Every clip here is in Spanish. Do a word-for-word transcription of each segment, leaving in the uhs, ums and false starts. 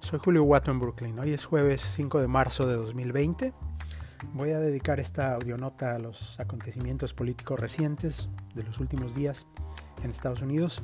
Soy Julio Watto en Brooklyn. Hoy es jueves cinco de marzo de dos mil veinte. Voy a dedicar esta audionota a los acontecimientos políticos recientes de los últimos días en Estados Unidos.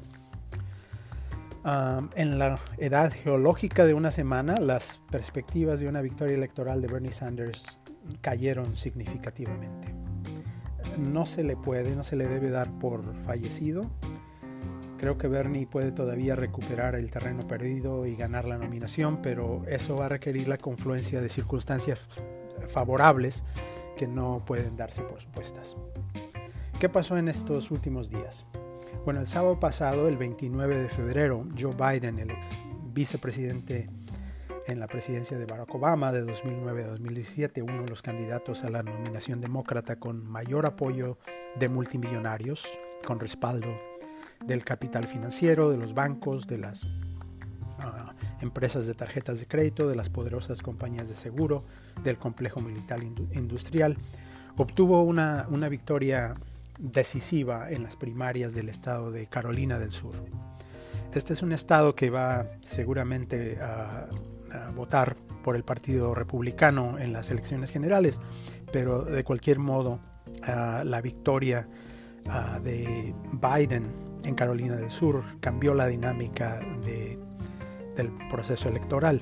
Um, en la edad geológica de una semana, las perspectivas de una victoria electoral de Bernie Sanders cayeron significativamente. No se le puede, no se le debe dar por fallecido. Creo que Bernie puede todavía recuperar el terreno perdido y ganar la nominación, pero eso va a requerir la confluencia de circunstancias favorables que no pueden darse por supuestas. ¿Qué pasó en estos últimos días? Bueno, el sábado pasado, el veintinueve de febrero, Joe Biden, el ex vicepresidente en la presidencia de Barack Obama de dos mil nueve a dos mil diecisiete, uno de los candidatos a la nominación demócrata con mayor apoyo de multimillonarios, con respaldo del capital financiero, de los bancos, de las uh, empresas de tarjetas de crédito, de las poderosas compañías de seguro, del complejo militar industrial, obtuvo una, una victoria decisiva en las primarias del estado de Carolina del Sur. Este es un estado que va seguramente a, a votar por el Partido Republicano en las elecciones generales, pero de cualquier modo uh, la victoria uh, de Biden en Carolina del Sur cambió la dinámica de, del proceso electoral.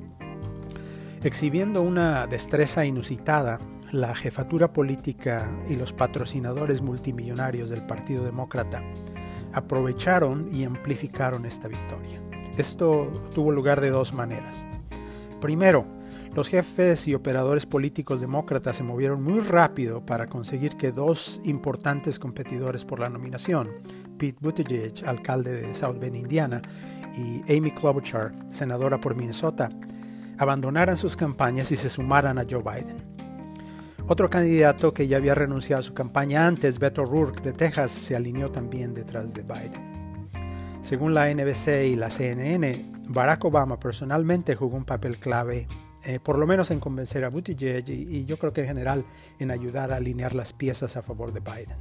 Exhibiendo una destreza inusitada, la jefatura política y los patrocinadores multimillonarios del Partido Demócrata aprovecharon y amplificaron esta victoria. Esto tuvo lugar de dos maneras. Primero, los jefes y operadores políticos demócratas se movieron muy rápido para conseguir que dos importantes competidores por la nominación, Pete Buttigieg, alcalde de South Bend, Indiana, y Amy Klobuchar, senadora por Minnesota, abandonaran sus campañas y se sumaran a Joe Biden. Otro candidato que ya había renunciado a su campaña antes, Beto O'Rourke de Texas, se alineó también detrás de Biden. Según la N B C y la C N N, Barack Obama personalmente jugó un papel clave, eh, por lo menos en convencer a Buttigieg y, y yo creo que en general en ayudar a alinear las piezas a favor de Biden.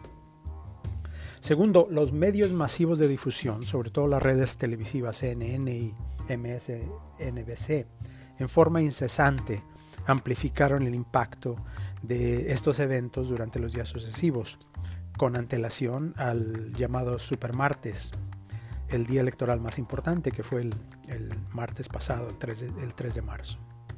Segundo, los medios masivos de difusión, sobre todo las redes televisivas C N N y M S N B C, en forma incesante amplificaron el impacto de estos eventos durante los días sucesivos, con antelación al llamado Supermartes, el día electoral más importante, que fue el, el martes pasado, el tres, de, el tres de marzo.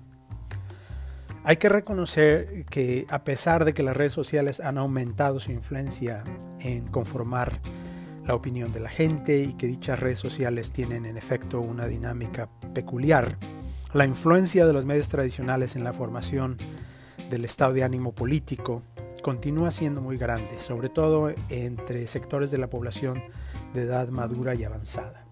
Hay que reconocer que a pesar de que las redes sociales han aumentado su influencia en conformar la opinión de la gente y que dichas redes sociales tienen en efecto una dinámica peculiar, la influencia de los medios tradicionales en la formación del estado de ánimo político continúa siendo muy grande, sobre todo entre sectores de la población de edad madura y avanzada.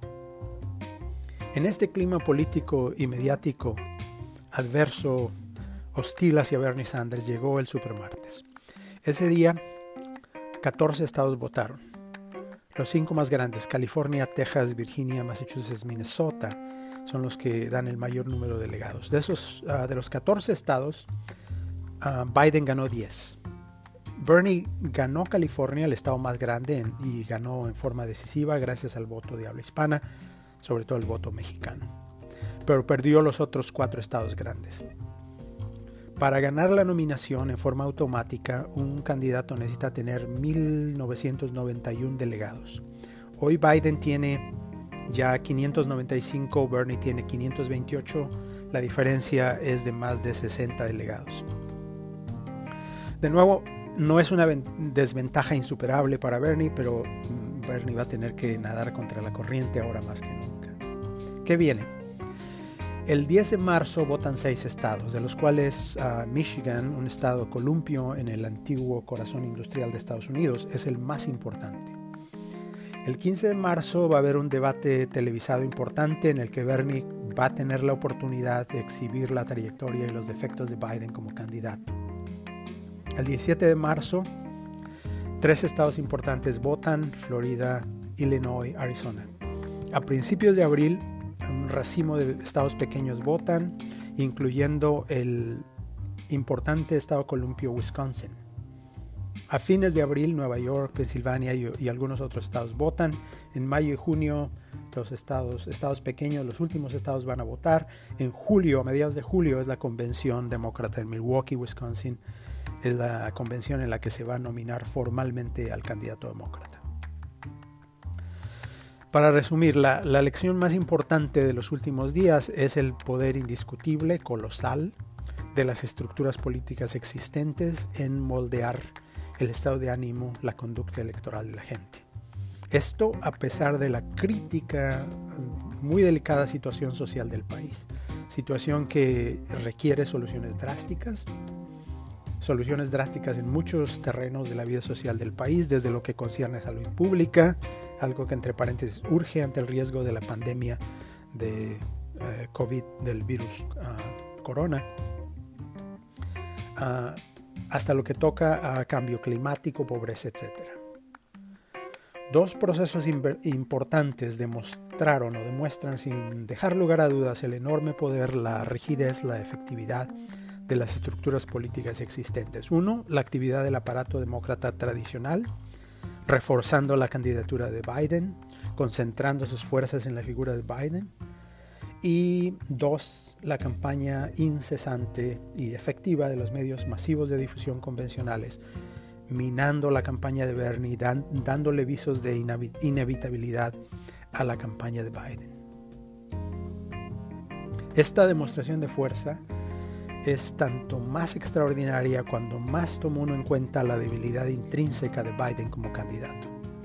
En este clima político y mediático adverso, hostil hacia Bernie Sanders, llegó el Supermartes. Ese día, catorce estados votaron. Los cinco más grandes, California, Texas, Virginia, Massachusetts, Minnesota, son los que dan el mayor número de delegados. De esos, uh, de los catorce estados, uh, Biden ganó diez. Bernie ganó California, el estado más grande, en, y ganó en forma decisiva gracias al voto de habla hispana, sobre todo el voto mexicano. Pero perdió los otros cuatro estados grandes. Para ganar la nominación en forma automática, un candidato necesita tener mil novecientos noventa y uno delegados. Hoy Biden tiene ya quinientos noventa y cinco, Bernie tiene quinientos veintiocho, la diferencia es de más de sesenta delegados. De nuevo, no es una desventaja insuperable para Bernie, pero Bernie va a tener que nadar contra la corriente ahora más que nunca. ¿Qué viene? El diez de marzo votan seis estados, de los cuales uh, Michigan, un estado columpio en el antiguo corazón industrial de Estados Unidos, es el más importante. El quince de marzo va a haber un debate televisado importante en el que Bernie va a tener la oportunidad de exhibir la trayectoria y los defectos de Biden como candidato. El diecisiete de marzo, tres estados importantes votan: Florida, Illinois, Arizona. A principios de abril, un racimo de estados pequeños votan, incluyendo el importante estado columpio Wisconsin. A fines de abril, Nueva York, Pensilvania y, y algunos otros estados votan. En mayo y junio, los estados, estados pequeños, los últimos estados van a votar. En julio, a mediados de julio, es la convención demócrata en Milwaukee, Wisconsin. Es la convención en la que se va a nominar formalmente al candidato demócrata. Para resumir, la, la lección más importante de los últimos días es el poder indiscutible, colosal, de las estructuras políticas existentes en moldear el estado de ánimo, la conducta electoral de la gente. Esto a pesar de la crítica, muy delicada situación social del país. Situación que requiere soluciones drásticas, soluciones drásticas en muchos terrenos de la vida social del país, desde lo que concierne a salud pública, algo que entre paréntesis urge ante el riesgo de la pandemia de eh, COVID, del virus uh, corona, uh, hasta lo que toca a cambio climático, pobreza, etcétera. Dos procesos importantes demostraron o demuestran sin dejar lugar a dudas el enorme poder, la rigidez, la efectividad de las estructuras políticas existentes. Uno, la actividad del aparato demócrata tradicional, reforzando la candidatura de Biden, concentrando sus fuerzas en la figura de Biden. Y dos, la campaña incesante y efectiva de los medios masivos de difusión convencionales, minando la campaña de Bernie, dan, dándole visos de inevitabilidad a la campaña de Biden. Esta demostración de fuerza es tanto más extraordinaria cuando más toma uno en cuenta la debilidad intrínseca de Biden como candidato.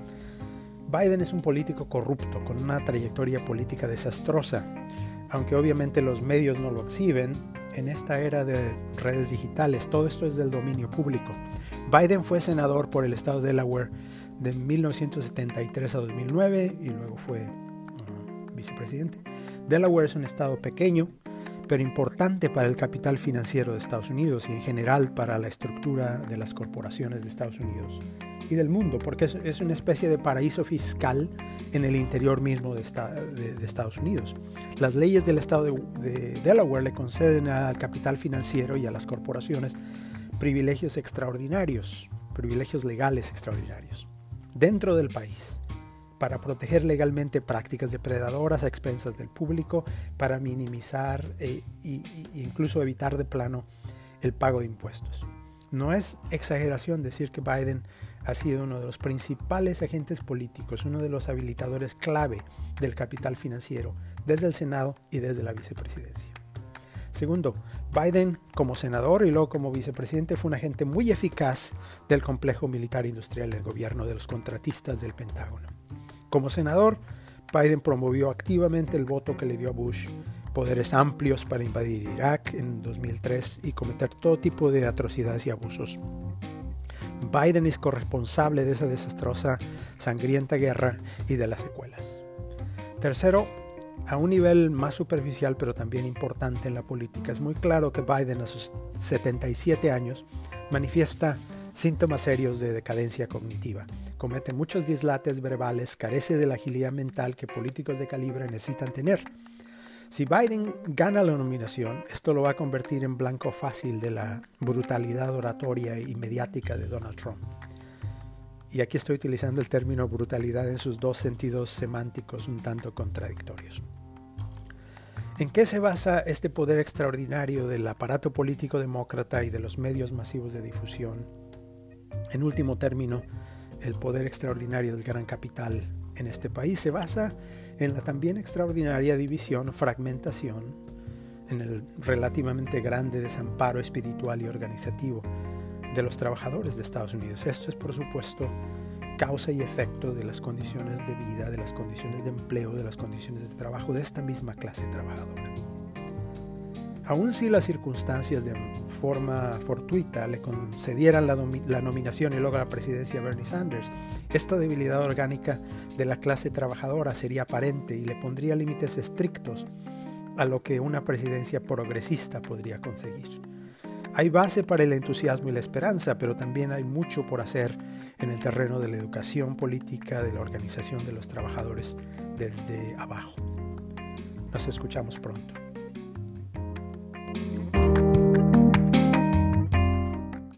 Biden es un político corrupto con una trayectoria política desastrosa, aunque obviamente los medios no lo exhiben. En esta era de redes digitales, todo esto es del dominio público. Biden fue senador por el estado de Delaware de mil novecientos setenta y tres a dos mil nueve y luego fue uh, vicepresidente. Delaware es un estado pequeño, pero importante para el capital financiero de Estados Unidos y en general para la estructura de las corporaciones de Estados Unidos y del mundo, porque es, es una especie de paraíso fiscal en el interior mismo de, esta, de, de Estados Unidos. Las leyes del estado de, de Delaware le conceden al capital financiero y a las corporaciones privilegios extraordinarios, privilegios legales extraordinarios dentro del país, para proteger legalmente prácticas depredadoras a expensas del público, para minimizar e, e, e incluso evitar de plano el pago de impuestos. No es exageración decir que Biden ha sido uno de los principales agentes políticos, uno de los habilitadores clave del capital financiero desde el Senado y desde la vicepresidencia. Segundo, Biden como senador y luego como vicepresidente fue un agente muy eficaz del complejo militar industrial del gobierno de los contratistas del Pentágono. Como senador, Biden promovió activamente el voto que le dio a Bush poderes amplios para invadir Irak en dos mil tres y cometer todo tipo de atrocidades y abusos. Biden es corresponsable de esa desastrosa, sangrienta guerra y de las secuelas. Tercero, a un nivel más superficial pero también importante en la política, es muy claro que Biden a sus setenta y siete años manifiesta síntomas serios de decadencia cognitiva. Comete muchos dislates verbales, carece de la agilidad mental que políticos de calibre necesitan tener. Si Biden gana la nominación, esto lo va a convertir en blanco fácil de la brutalidad oratoria y mediática de Donald Trump. Y aquí estoy utilizando el término brutalidad en sus dos sentidos semánticos un tanto contradictorios. ¿En qué se basa este poder extraordinario del aparato político demócrata y de los medios masivos de difusión? En último término, el poder extraordinario del gran capital en este país se basa en la también extraordinaria división, fragmentación, en el relativamente grande desamparo espiritual y organizativo de los trabajadores de Estados Unidos. Esto es, por supuesto, causa y efecto de las condiciones de vida, de las condiciones de empleo, de las condiciones de trabajo de esta misma clase trabajadora. Aun si las circunstancias de forma fortuita le concedieran la, la nominación y luego la presidencia a Bernie Sanders, esta debilidad orgánica de la clase trabajadora sería aparente y le pondría límites estrictos a lo que una presidencia progresista podría conseguir. Hay base para el entusiasmo y la esperanza, pero también hay mucho por hacer en el terreno de la educación política, de la organización de los trabajadores desde abajo. Nos escuchamos pronto.